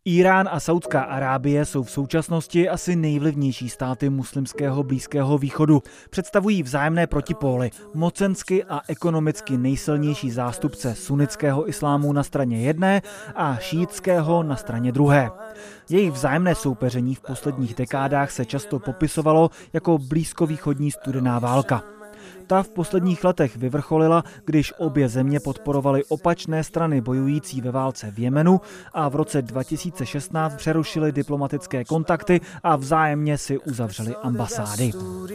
Írán a Saudská Arábie jsou v současnosti asi nejvlivnější státy muslimského Blízkého východu. Představují vzájemné protipóly, mocensky a ekonomicky nejsilnější zástupce sunnického islámu na straně jedné a šíitského na straně druhé. Jejich vzájemné soupeření v posledních dekádách se často popisovalo jako blízkovýchodní studená válka. Ta v posledních letech vyvrcholila, když obě země podporovaly opačné strany bojující ve válce v Jemenu a v roce 2016 přerušily diplomatické kontakty a vzájemně si uzavřely ambasády.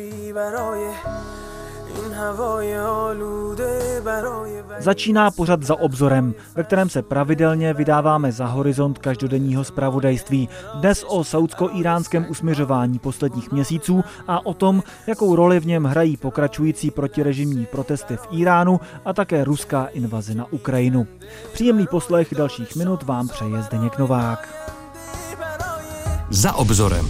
Začíná pořad Za obzorem, ve kterém se pravidelně vydáváme za horizont každodenního zpravodajství. Dnes o saudsko-íránském usmiřování posledních měsíců a o tom, jakou roli v něm hrají pokračující protirežimní protesty v Íránu a také ruská invaze na Ukrajinu. Příjemný poslech dalších minut vám přeje Zdeněk Novák. Za obzorem.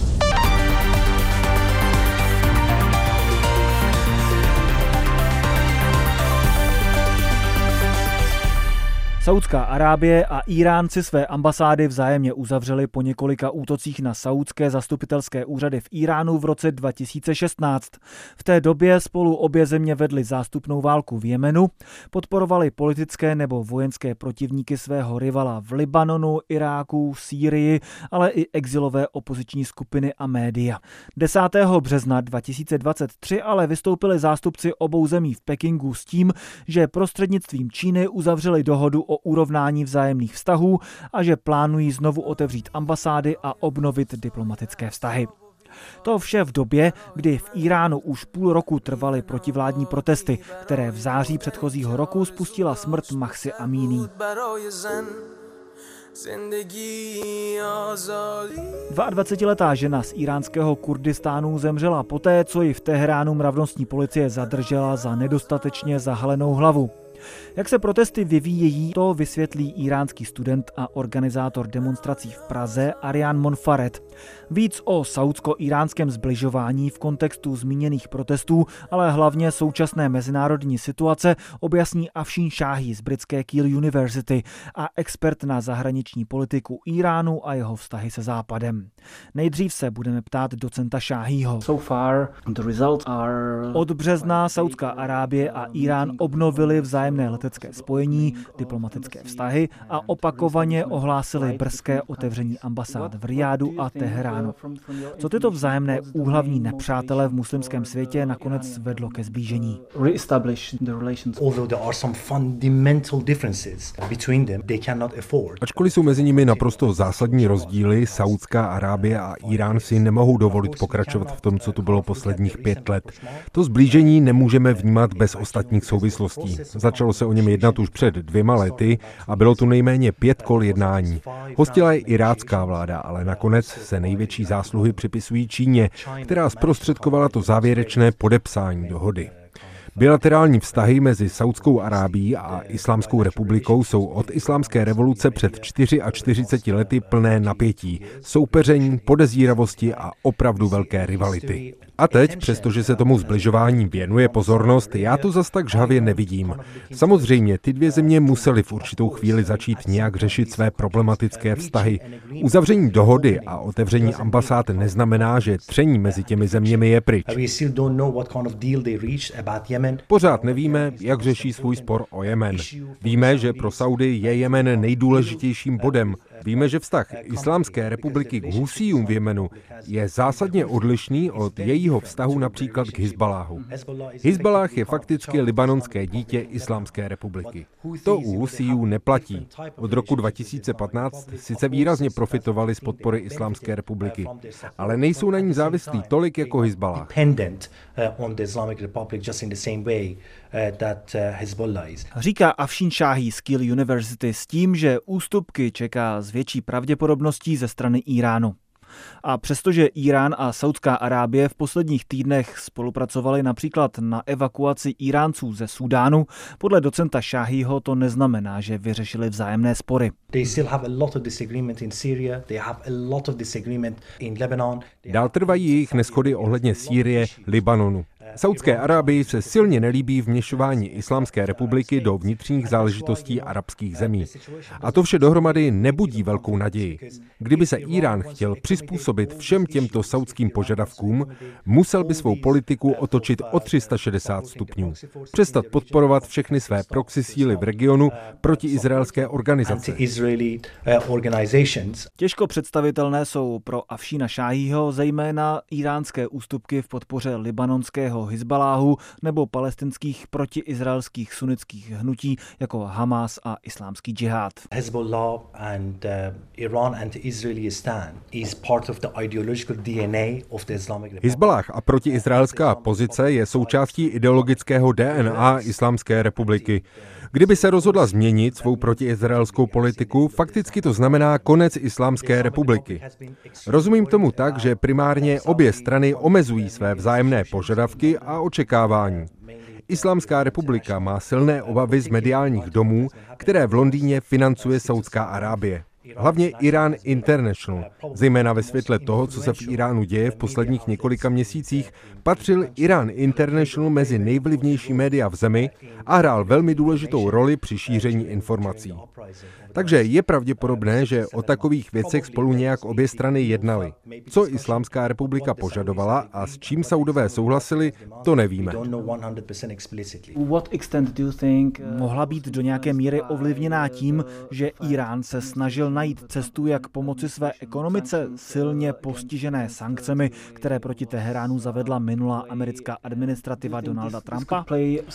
Saudská Arábie a Írán si své ambasády vzájemně uzavřely po několika útocích na saúdské zastupitelské úřady v Íránu v roce 2016. V té době spolu obě země vedly zástupnou válku v Jemenu, podporovaly politické nebo vojenské protivníky svého rivala v Libanonu, Iráku, Sýrii, ale i exilové opoziční skupiny a média. 10. března 2023 ale vystoupili zástupci obou zemí v Pekingu s tím, že prostřednictvím Číny uzavřeli dohodu o urovnání vzájemných vztahů a že plánují znovu otevřít ambasády a obnovit diplomatické vztahy. To vše v době, kdy v Íránu už půl roku trvaly protivládní protesty, které v září předchozího roku spustila smrt Mahsy Amini. 22letá žena z íránského Kurdistánu zemřela poté, co ji v Teheránu mravnostní policie zadržela za nedostatečně zahalenou hlavu. Jak se protesty vyvíjejí, to vysvětlí íránský student a organizátor demonstrací v Praze Arian Monfaret. Víc o saúdsko-íránském zbližování v kontextu zmíněných protestů, ale hlavně současné mezinárodní situace objasní Afshin Shahi z britské Keele University a expert na zahraniční politiku Íránu a jeho vztahy se Západem. Nejdřív se budeme ptát docenta Shahiho. Od března Saudská Arábie a Írán obnovili vzájemné letecké spojení, diplomatické vztahy a opakovaně ohlásili brzké otevření ambasád v Rijádu a Teheránu. Co tyto vzájemné úhlavní nepřátelé v muslimském světě nakonec vedlo ke zblížení? Ačkoliv jsou mezi nimi naprosto zásadní rozdíly, Saudská Arábie a Írán si nemohou dovolit pokračovat v tom, co tu bylo posledních 5 let. To zblížení nemůžeme vnímat bez ostatních souvislostí. Začalo se o něm jednat už před 2 lety a bylo tu nejméně 5 kol jednání. Hostila je irácká vláda, ale nakonec se největší zásluhy připisují Číně, která zprostředkovala to závěrečné podepsání dohody. Bilaterální vztahy mezi Saudskou Arábií a Islámskou republikou jsou od islámské revoluce před 44 lety plné napětí, soupeření, podezíravosti a opravdu velké rivality. A teď, přestože se tomu zbližování věnuje pozornost, já to zas tak žhavě nevidím. Samozřejmě, ty 2 země musely v určitou chvíli začít nějak řešit své problematické vztahy. Uzavření dohody a otevření ambasád neznamená, že tření mezi těmi zeměmi je pryč. Pořád nevíme, jak řeší svůj spor o Jemen. Víme, že pro Saudy je Jemen nejdůležitějším bodem. Víme, že vztah Islámské republiky k Husijům v Jemenu je zásadně odlišný od jejího vztahu například k Hizbaláhu. Hizbalách je fakticky libanonské dítě Islámské republiky. To u Husijů neplatí. Od roku 2015 sice výrazně profitovali z podpory Islámské republiky, ale nejsou na ní závislí tolik jako Hizbalách. Říká Afshin Shahi z Keele University s tím, že ústupky čeká s větší pravděpodobností ze strany Íránu. A přestože Írán a Saudská Arábie v posledních týdnech spolupracovali například na evakuaci Íránců ze Súdánu, podle docenta Shahiho to neznamená, že vyřešili vzájemné spory. Dál trvají jejich neshody ohledně Sýrie, Libanonu. Saúdské Arábii se silně nelíbí vměšování Islámské republiky do vnitřních záležitostí arabských zemí. A to vše dohromady nebudí velkou naději. Kdyby se Írán chtěl přizpůsobit všem těmto saúdským požadavkům, musel by svou politiku otočit o 360 stupňů. Přestat podporovat všechny své proxy síly v regionu proti izraelské organizace. Těžko představitelné jsou pro Afšína Šáhího zejména íránské ústupky v podpoře libanonského Hizbaláhu nebo palestinských protiizraelských sunnických hnutí jako Hamas a Islámský džihád. Hezbollah and Iran anti-Israeli stand is part of the ideological DNA of the Islamic Republic. Hizballáh a protiizraelská pozice je součástí ideologického DNA Islámské republiky. Kdyby se rozhodla změnit svou protiizraelskou politiku, fakticky to znamená konec Islámské republiky. Rozumím tomu tak, že primárně obě strany omezují své vzájemné požadavky a očekávání. Islámská republika má silné obavy z mediálních domů, které v Londýně financuje Saúdská Arábie. Hlavně Iran International, zejména ve světle toho, co se v Iránu děje v posledních několika měsících, patřil Iran International mezi nejvlivnější média v zemi a hrál velmi důležitou roli při šíření informací. Takže je pravděpodobné, že o takových věcech spolu nějak obě strany jednaly. Co Islámská republika požadovala a s čím Saudové souhlasili, to nevíme. Mohla být do nějaké míry ovlivněná tím, že Irán se snažil najít cestu, jak pomoci své ekonomice silně postižené sankcemi, které proti Teheránu zavedla minulá americká administrativa Donalda Trumpa?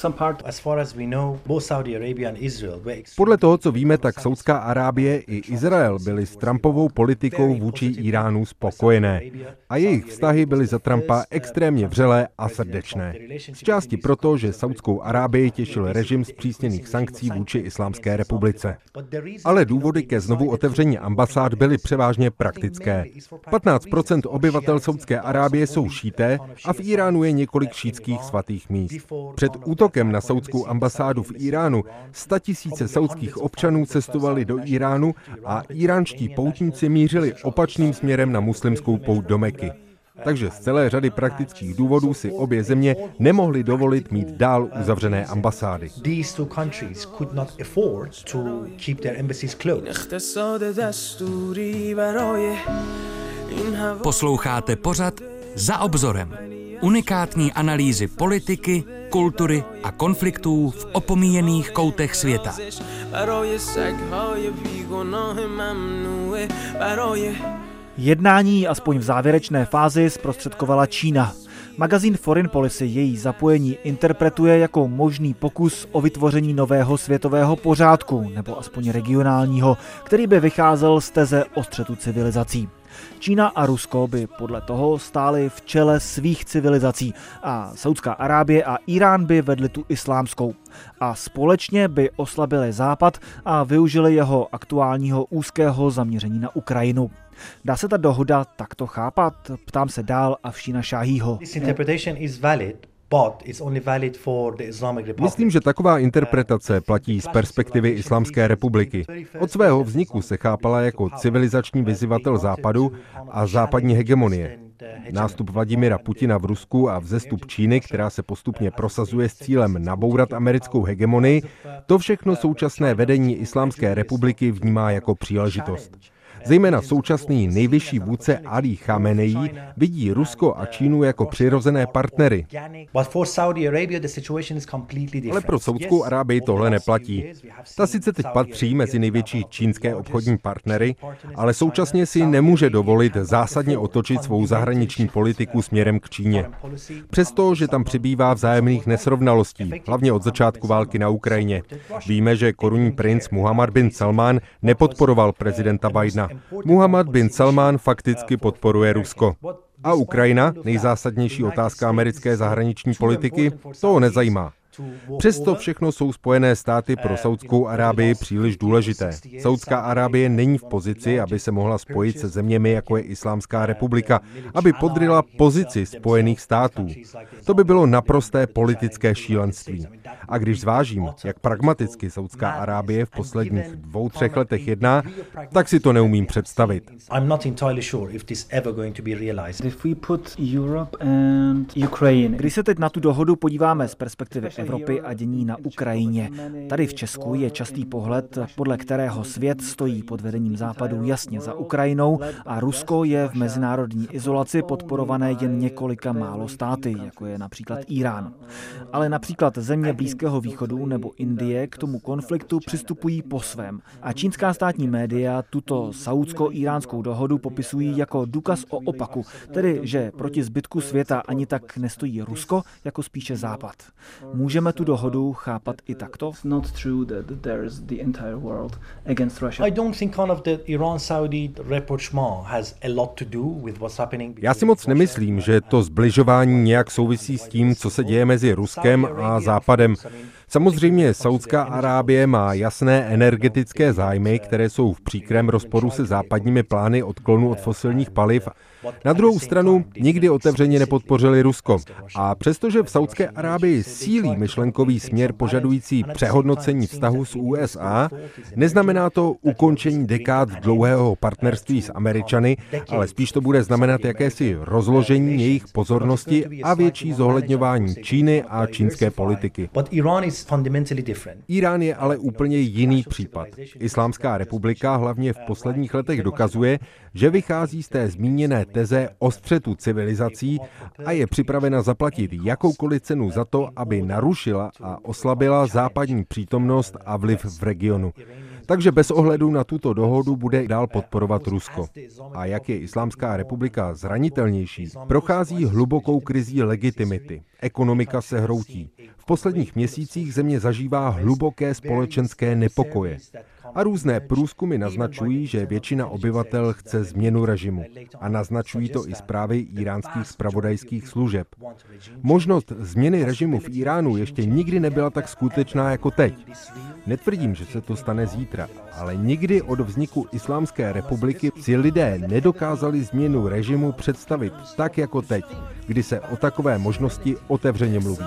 Podle toho, co víme, tak Saúdská Arábie i Izrael byli s Trumpovou politikou vůči Iránu spokojené a jejich vztahy byly za Trumpa extrémně vřelé a srdečné. Z části proto, že Saúdskou Arábii těšil režim zpřísněných sankcí vůči Islámské republice. Ale důvody ke znovu otevření ambasád byly převážně praktické. 15% obyvatel Saúdské Arábie jsou šíité a v Iránu je několik šítských svatých míst. Před útokem na saúdskou ambasádu v Iránu 100 000 saúdských občanů cestovali do Iránu a iránští poutníci mířili opačným směrem na muslimskou pouť do Meky. Takže z celé řady praktických důvodů si obě země nemohly dovolit mít dál uzavřené ambasády. Posloucháte pořad Za obzorem. Unikátní analýzy politiky, kultury a konfliktů v opomíjených koutech světa. Jednání aspoň v závěrečné fázi zprostředkovala Čína. Magazín Foreign Policy její zapojení interpretuje jako možný pokus o vytvoření nového světového pořádku, nebo aspoň regionálního, který by vycházel z teze o střetu civilizací. Čína a Rusko by podle toho stály v čele svých civilizací a Saúdská Arábie a Irán by vedli tu islámskou. A společně by oslabili Západ a využili jeho aktuálního úzkého zaměření na Ukrajinu. Dá se ta dohoda takto chápat? Ptám se dál Afšína Šáhího. Myslím, že taková interpretace platí z perspektivy Islámské republiky. Od svého vzniku se chápala jako civilizační vyzývatel Západu a západní hegemonie. Nástup Vladimira Putina v Rusku a vzestup Číny, která se postupně prosazuje s cílem nabourat americkou hegemonii, to všechno současné vedení Islámské republiky vnímá jako příležitost. Zejména současný nejvyšší vůdce Ali Chamenei vidí Rusko a Čínu jako přirozené partnery. Ale pro Saúdskou Arábii tohle neplatí. Ta sice teď patří mezi největší čínské obchodní partnery, ale současně si nemůže dovolit zásadně otočit svou zahraniční politiku směrem k Číně. Přesto, že tam přibývá vzájemných nesrovnalostí, hlavně od začátku války na Ukrajině. Víme, že korunní princ Muhammad bin Salman nepodporoval prezidenta Bidena. Muhammad bin Salman fakticky podporuje Rusko. A Ukrajina, nejzásadnější otázka americké zahraniční politiky, to ho nezajímá. Přesto všechno jsou Spojené státy pro Saúdskou Arábii příliš důležité. Saúdská Arábie není v pozici, aby se mohla spojit se zeměmi, jako je Islámská republika, aby podryla pozici Spojených států. To by bylo naprosté politické šílenství. A když zvážím, jak pragmaticky Saudská Arábie v posledních 2-3 letech jedná, tak si to neumím představit. Když se teď na tu dohodu podíváme z perspektivy Evropy a dění na Ukrajině, tady v Česku je častý pohled, podle kterého svět stojí pod vedením Západu jasně za Ukrajinou a Rusko je v mezinárodní izolaci podporované jen několika málo státy, jako je například Irán. Ale například země Blízkého východu nebo Indie k tomu konfliktu přistupují po svém. A čínská státní média tuto saúdsko-íránskou dohodu popisují jako důkaz o opaku, tedy že proti zbytku světa ani tak nestojí Rusko, jako spíše Západ. Můžeme tu dohodu chápat i takto? Já si moc nemyslím, že to zbližování nějak souvisí s tím, co se děje mezi Ruskem a Západem. Samozřejmě Saudská Arábie má jasné energetické zájmy, které jsou v příkrém rozporu se západními plány odklonu od fosilních paliv. Na druhou stranu nikdy otevřeně nepodpořili Rusko. A přestože v Saudské Arábii sílí myšlenkový směr požadující přehodnocení vztahu s USA, neznamená to ukončení dekád dlouhého partnerství s Američany, ale spíš to bude znamenat jakési rozložení jejich pozornosti a větší zohledňování Číny a čínské politiky. Irán je ale úplně jiný případ. Islámská republika hlavně v posledních letech dokazuje, že vychází z té zmíněné teze o střetu civilizací a je připravena zaplatit jakoukoliv cenu za to, aby narušila a oslabila západní přítomnost a vliv v regionu. Takže bez ohledu na tuto dohodu bude dál podporovat Rusko. A jak je Islámská republika zranitelnější, prochází hlubokou krizí legitimity. Ekonomika se hroutí. V posledních měsících země zažívá hluboké společenské nepokoje. A různé průzkumy naznačují, že většina obyvatel chce změnu režimu. A naznačují to i zprávy íránských zpravodajských služeb. Možnost změny režimu v Iránu ještě nikdy nebyla tak skutečná jako teď. Netvrdím, že se to stane zítra, ale nikdy od vzniku Islámské republiky si lidé nedokázali změnu režimu představit tak jako teď, kdy se o takové možnosti otevřeně mluví.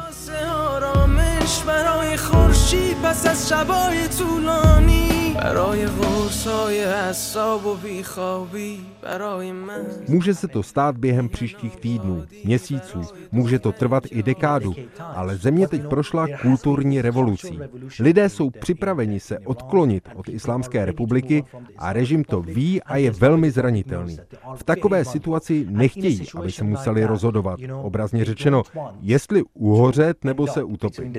Může se to stát během příštích týdnů, měsíců, může to trvat i dekádu, ale země teď prošla kulturní revolucí. Lidé jsou připraveni se odklonit od Islámské republiky a režim to ví a je velmi zranitelný. V takové situaci nechtějí, aby se museli rozhodovat, obrazně řečeno, jestli uhořet nebo se utopit.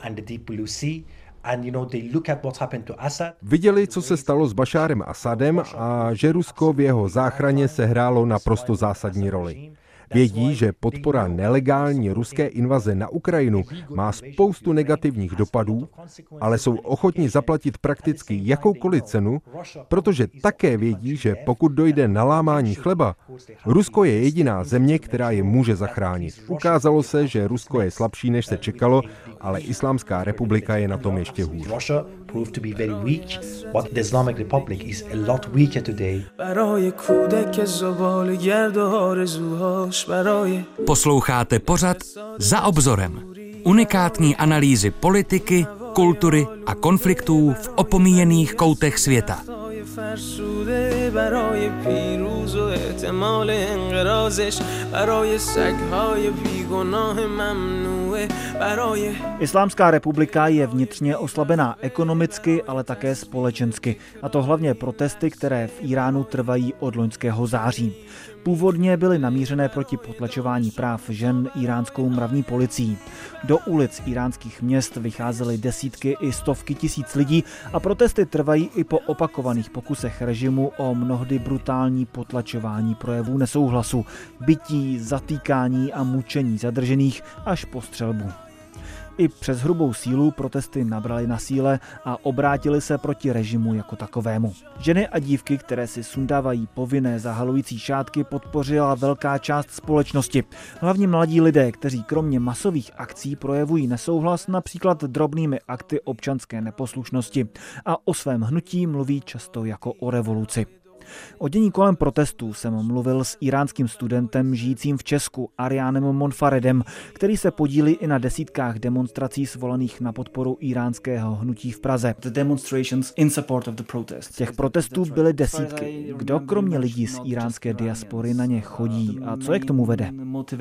Viděli, co se stalo s Bašárem Asadem a že Rusko v jeho záchraně sehrálo naprosto zásadní roli. Vědí, že podpora nelegální ruské invaze na Ukrajinu má spoustu negativních dopadů, ale jsou ochotni zaplatit prakticky jakoukoliv cenu, protože také vědí, že pokud dojde na lámání chleba, Rusko je jediná země, která je může zachránit. Ukázalo se, že Rusko je slabší, než se čekalo, ale Islámská republika je na tom ještě hůř. Posloucháte pořad Za obzorem. Unikátní analýzy politiky, kultury a konfliktů v opomíjených koutech světa. Islámská republika je vnitřně oslabená ekonomicky, ale také společensky. A to hlavně protesty, které v Iránu trvají od loňského září. Původně byly namířené proti potlačování práv žen iránskou mravní policií. Do ulic iránských měst vycházely desítky i stovky tisíc lidí a protesty trvají i po opakovaných pokusech režimu o mnohdy brutální potlačování projevů nesouhlasu, bití, zatýkání a mučení zadržených až po střelbu. I přes hrubou sílu protesty nabraly na síle a obrátily se proti režimu jako takovému. Ženy a dívky, které si sundávají povinné zahalující šátky, podpořila velká část společnosti. Hlavně mladí lidé, kteří kromě masových akcí projevují nesouhlas například drobnými akty občanské neposlušnosti a o svém hnutí mluví často jako o revoluci. O dění kolem protestů jsem mluvil s iránským studentem žijícím v Česku Arianem Monfaredem, který se podílí i na desítkách demonstrací svolaných na podporu iránského hnutí v Praze. Těch protestů byly desítky. Kdo kromě lidí z iránské diaspory na ně chodí a co je k tomu vede?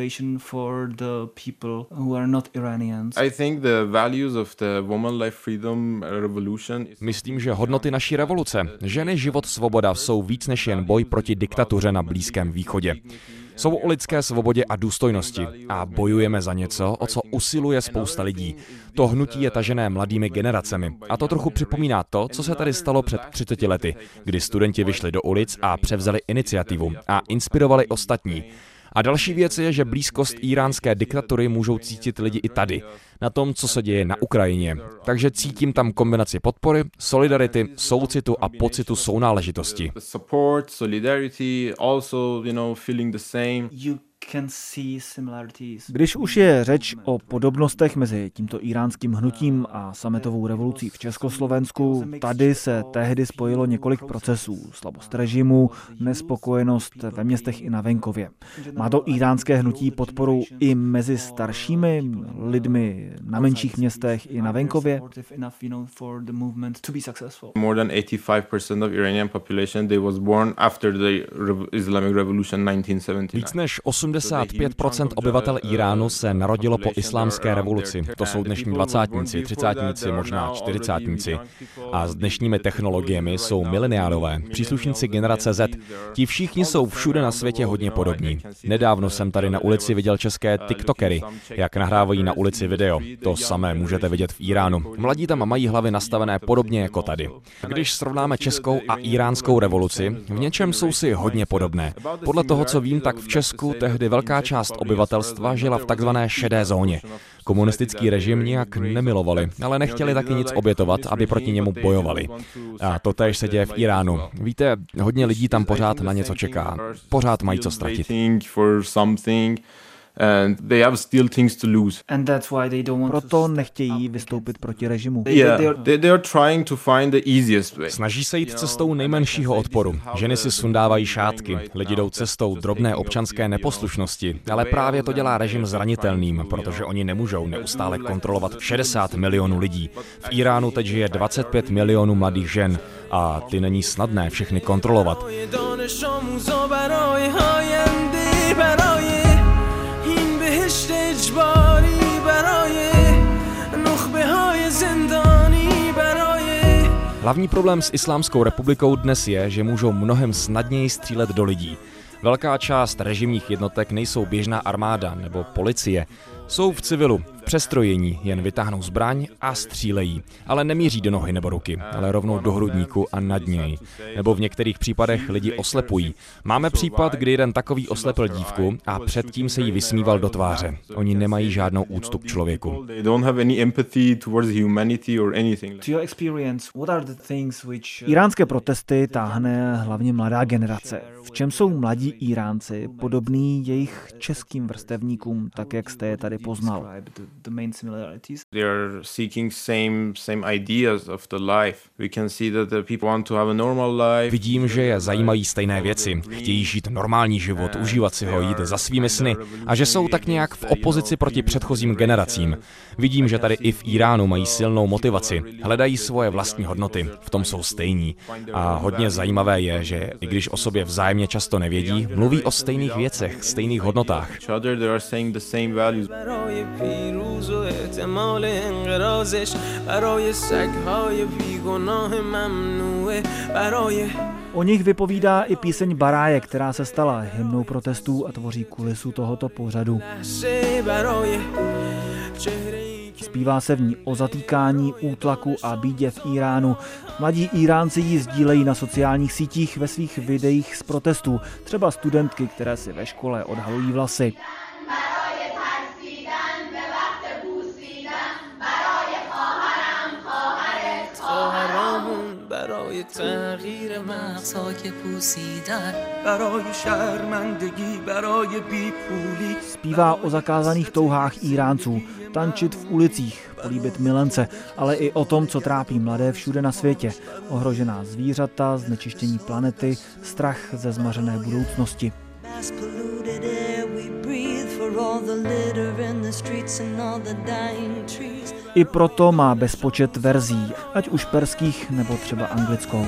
Myslím, že hodnoty naší revoluce, ženy, život, svoboda jsou víc než jen boj proti diktatuře na Blízkém východě. Jsou o lidské svobodě a důstojnosti a bojujeme za něco, o co usiluje spousta lidí. To hnutí je tažené mladými generacemi a to trochu připomíná to, co se tady stalo před 30 lety, kdy studenti vyšli do ulic a převzali iniciativu a inspirovali ostatní. A další věc je, že blízkost íránské diktatury můžou cítit lidi i tady, na tom, co se děje na Ukrajině. Takže cítím tam kombinaci podpory, solidarity, soucitu a pocitu sounáležitosti. Když už je řeč o podobnostech mezi tímto iránským hnutím a sametovou revolucí v Československu, tady se tehdy spojilo několik procesů. Slabost režimu, nespokojenost ve městech i na venkově. Má to iránské hnutí podporu i mezi staršími lidmi na menších městech i na venkově? More than 85% of Iranian population they was born after the Islamic Revolution 1979. Víc než 85% obyvatel Iránu se narodilo po islámské revoluci. To jsou dnešní dvacátníci, třicátníci, možná čtyřicátníci. A s dnešními technologiemi jsou mileniálové, příslušníci generace Z. Ti všichni jsou všude na světě hodně podobní. Nedávno jsem tady na ulici viděl české tiktokery, jak nahrávají na ulici video. To samé můžete vidět v Iránu. Mladí tam mají hlavy nastavené podobně jako tady. Když srovnáme českou a iránskou revoluci, v něčem jsou si hodně podobné. Podle toho, co vím, tak v Česku tehdy velká část obyvatelstva žila v takzvané šedé zóně. Komunistický režim nijak nemilovali, ale nechtěli taky nic obětovat, aby proti němu bojovali. A to též se děje v Iránu. Víte, hodně lidí tam pořád na něco čeká. Pořád mají co ztratit. And they have still things to lose. Proto nechtějí vystoupit proti režimu. They are trying to find the easiest way. Snaží se jít cestou nejmenšího odporu. Ženy si sundávají šátky, lidi jdou cestou drobné občanské neposlušnosti, ale právě to dělá režim zranitelným, protože oni nemůžou neustále kontrolovat 60 milionů lidí. V Iránu teď žije 25 milionů mladých žen a ty není snadné všechny kontrolovat. Hlavní problém s Islámskou republikou dnes je, že můžou mnohem snadněji střílet do lidí. Velká část režimních jednotek nejsou běžná armáda nebo policie. Jsou v civilu, v přestrojení, jen vytáhnou zbraň a střílejí. Ale nemíří do nohy nebo ruky, ale rovnou do hrudníku a nad něj. Nebo v některých případech lidi oslepují. Máme případ, kdy jeden takový oslepil dívku a předtím se jí vysmíval do tváře. Oni nemají žádnou úctu k člověku. Iránské protesty táhne hlavně mladá generace. V čem jsou mladí Iránci podobní jejich českým vrstevníkům, tak jak jste je tady poznal? They are seeking same ideas of the life. We can see that the people want to have a normal life. Vidím, že je zajímají stejné věci. Chtějí žít normální život, užívat si ho, jít za svými sny a že jsou tak nějak v opozici proti předchozím generacím. Vidím, že tady i v Iránu mají silnou motivaci. Hledají svoje vlastní hodnoty. V tom jsou stejní. A hodně zajímavé je, že i když o sobě vzájemně často nevědí, mluví o stejných věcech, stejných hodnotách. O nich vypovídá i píseň Baraje, která se stala hymnou protestů a tvoří kulisu tohoto pořadu. Zpívá se v ní o zatýkání, útlaku a bídě v Iránu. Mladí Iránci ji sdílejí na sociálních sítích ve svých videích z protestů, třeba studentky, které si ve škole odhalují vlasy. برای تغییر مغزها که پوسیدن، برای شرمندگی، برای بیپولی. Zpívá o zakázaných touhách Íránců, tančit v ulicích, políbit milence, ale i o tom, co trápí mladé všude na světě. Ohrožená zvířata, znečištění planety, strach ze zmařené budoucnosti. I proto má bezpočet verzí, ať už perských nebo třeba anglickou.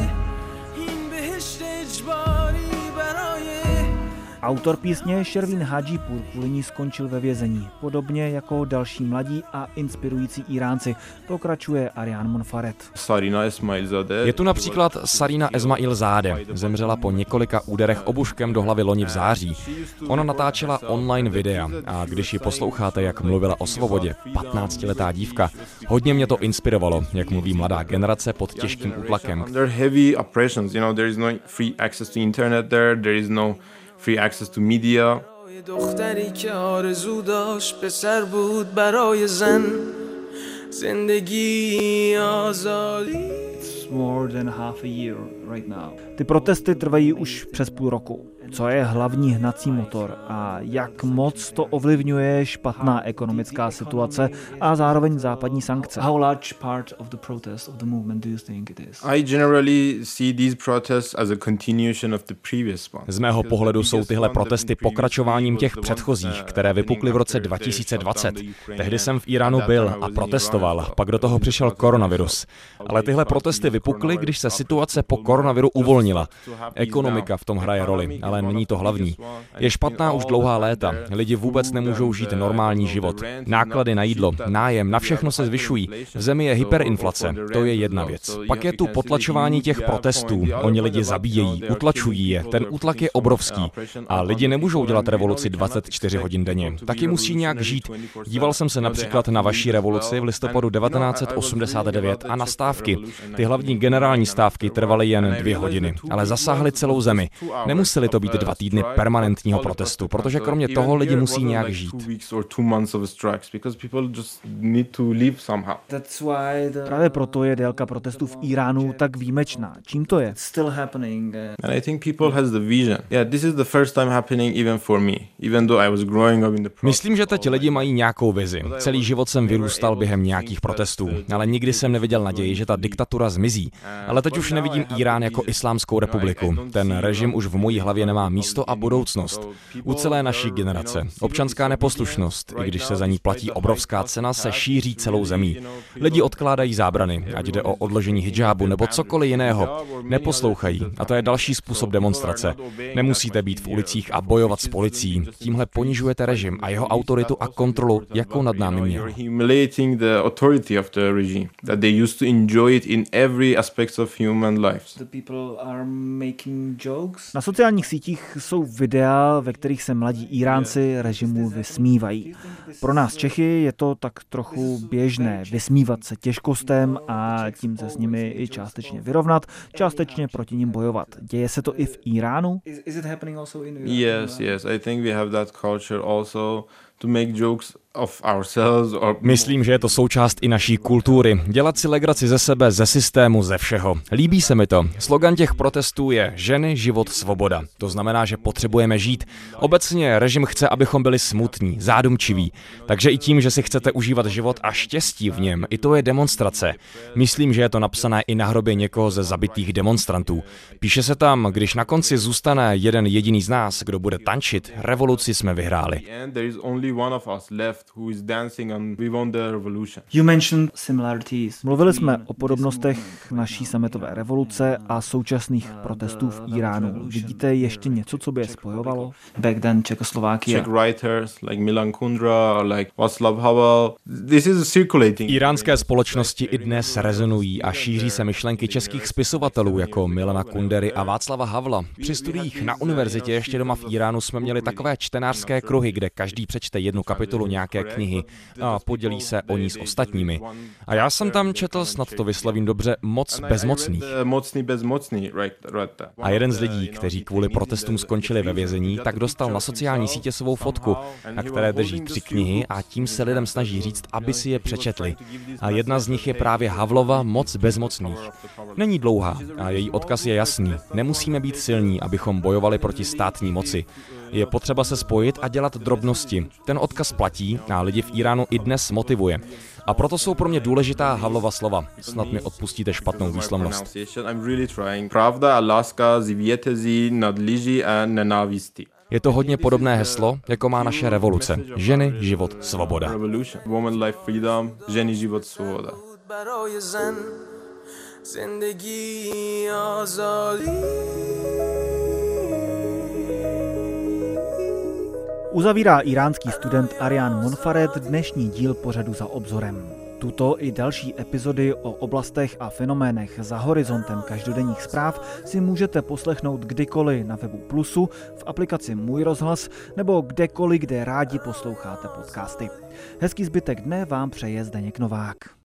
Autor písně Shervin Hajipur kvůli ní skončil ve vězení, podobně jako další mladí a inspirující Íránci, pokračuje Ariane Monfaret. Je tu například Sarina Esmailzadeh, zemřela po několika úderech obuškem do hlavy loni v září. Ona natáčela online videa a když ji posloucháte, jak mluvila o svobodě, 15letá dívka, hodně mě to inspirovalo, jak mluví mladá generace pod těžkým útlakem. Free access to media. دختری که آرزو داشت پسر بود برای زن زندگی آزادی. More than half a year right now. Ty protesty trvají už přes půl roku. Co je hlavní hnací motor a jak moc to ovlivňuje špatná ekonomická situace a zároveň západní sankce? How large part of the protest of the movement do you think it is? I generally see these protests as a continuation of the previous one. Z mého pohledu jsou tyhle protesty pokračováním těch předchozích, které vypukly v roce 2020. Tehdy jsem v Íránu byl a protestoval, pak do toho přišel koronavirus. Ale tyhle protesty vypukly, když se situace po koronaviru uvolnila. Ekonomika v tom hraje roli, ale není to hlavní. Je špatná už dlouhá léta. Lidi vůbec nemůžou žít normální život. Náklady na jídlo, nájem, na všechno se zvyšují. V zemi je hyperinflace, to je jedna věc. Pak je tu potlačování těch protestů. Oni lidi zabíjejí, utlačují je. Ten útlak je obrovský. A lidi nemůžou dělat revoluci 24 hodin denně. Taky musí nějak žít. Díval jsem se například na vaší revoluci v listopadu 1989 a na stávky. Ty hlavní generální stávky trvaly jen 2 hodiny, ale zasáhly celou zemi. Nemuseli to být 2 týdny permanentního protestu, protože kromě toho lidi musí nějak žít. Právě proto je délka protestů v Íránu tak výjimečná. Čím to je? Myslím, že teď lidi mají nějakou vizi. Celý život jsem vyrůstal během nějakých protestů, ale nikdy jsem neviděl naději, že ta diktatura zmizí. Ale teď už nevidím Írán jako islámskou republiku. Ten režim už v mojí hlavě nemá místo a budoucnost. U celé naší generace. Občanská neposlušnost, i když se za ní platí obrovská cena, se šíří celou zemí. Lidi odkládají zábrany, ať jde o odložení hidžábu nebo cokoliv jiného. Neposlouchají. A to je další způsob demonstrace. Nemusíte být v ulicích a bojovat s policií. Tímhle ponižujete režim a jeho autoritu a kontrolu, jakou nad námi měl. Na sociálních sítích jsou videa, ve kterých se mladí Íránci režimu vysmívají. Pro nás Čechy je to tak trochu běžné, vysmívat se těžkostem a tím se s nimi i částečně vyrovnat, částečně proti nim bojovat. Děje se to i v Íránu? Yes, I think we have that culture also to make jokes of ourselves or... Myslím, že je to součást i naší kultury. Dělat si legraci ze sebe, ze systému, ze všeho. Líbí se mi to. Slogan těch protestů je ženy, život, svoboda. To znamená, že potřebujeme žít. Obecně režim chce, abychom byli smutní, zádumčiví. Takže i tím, že si chcete užívat život a štěstí v něm, i to je demonstrace. Myslím, že je to napsané i na hrobě někoho ze zabitých demonstrantů. Píše se tam, když na konci zůstane jeden jediný z nás, kdo bude tančit, revoluci jsme vyhráli. Mluvili jsme o podobnostech naší sametové revoluce a současných protestů v Íránu. Vidíte ještě něco, co by je spojovalo? Back then Czechoslovakia. Czech writers like Milan Kundera, like Václav Havel. This is circulating. Iránské společnosti i dnes rezonují a šíří se myšlenky českých spisovatelů jako Milana Kundery a Václava Havla. Při studiích na univerzitě ještě doma v Íránu jsme měli takové čtenářské kruhy, kde každý přečte jednu kapitolu nějaké nějaké knihy a podělí se o ní s ostatními. A já jsem tam četl, snad to vyslovím dobře, Moc bezmocných. A jeden z lidí, kteří kvůli protestům skončili ve vězení, tak dostal na sociální sítě svou fotku, na které drží 3 knihy a tím se lidem snaží říct, aby si je přečetli. A jedna z nich je právě Havlova Moc bezmocných. Není dlouhá a její odkaz je jasný. Nemusíme být silní, abychom bojovali proti státní moci. Je potřeba se spojit a dělat drobnosti. Ten odkaz platí a lidi v Íránu i dnes motivuje. A proto jsou pro mě důležitá Havlova slova. Snad mi odpustíte špatnou výslovnost. Pravda, láska, zvětezí, nadlíží a nenávisti. Je to hodně podobné heslo, jako má naše revoluce. Ženy, život, svoboda. Woman, life, freedom, ženy, život, svoboda. Uzavírá íránský student Arian Monfared dnešní díl pořadu Za obzorem. Tuto i další epizody o oblastech a fenoménech za horizontem každodenních zpráv si můžete poslechnout kdykoliv na webu Plusu, v aplikaci Můj rozhlas nebo kdekoliv, kde rádi posloucháte podcasty. Hezký zbytek dne vám přeje Zdeněk Novák.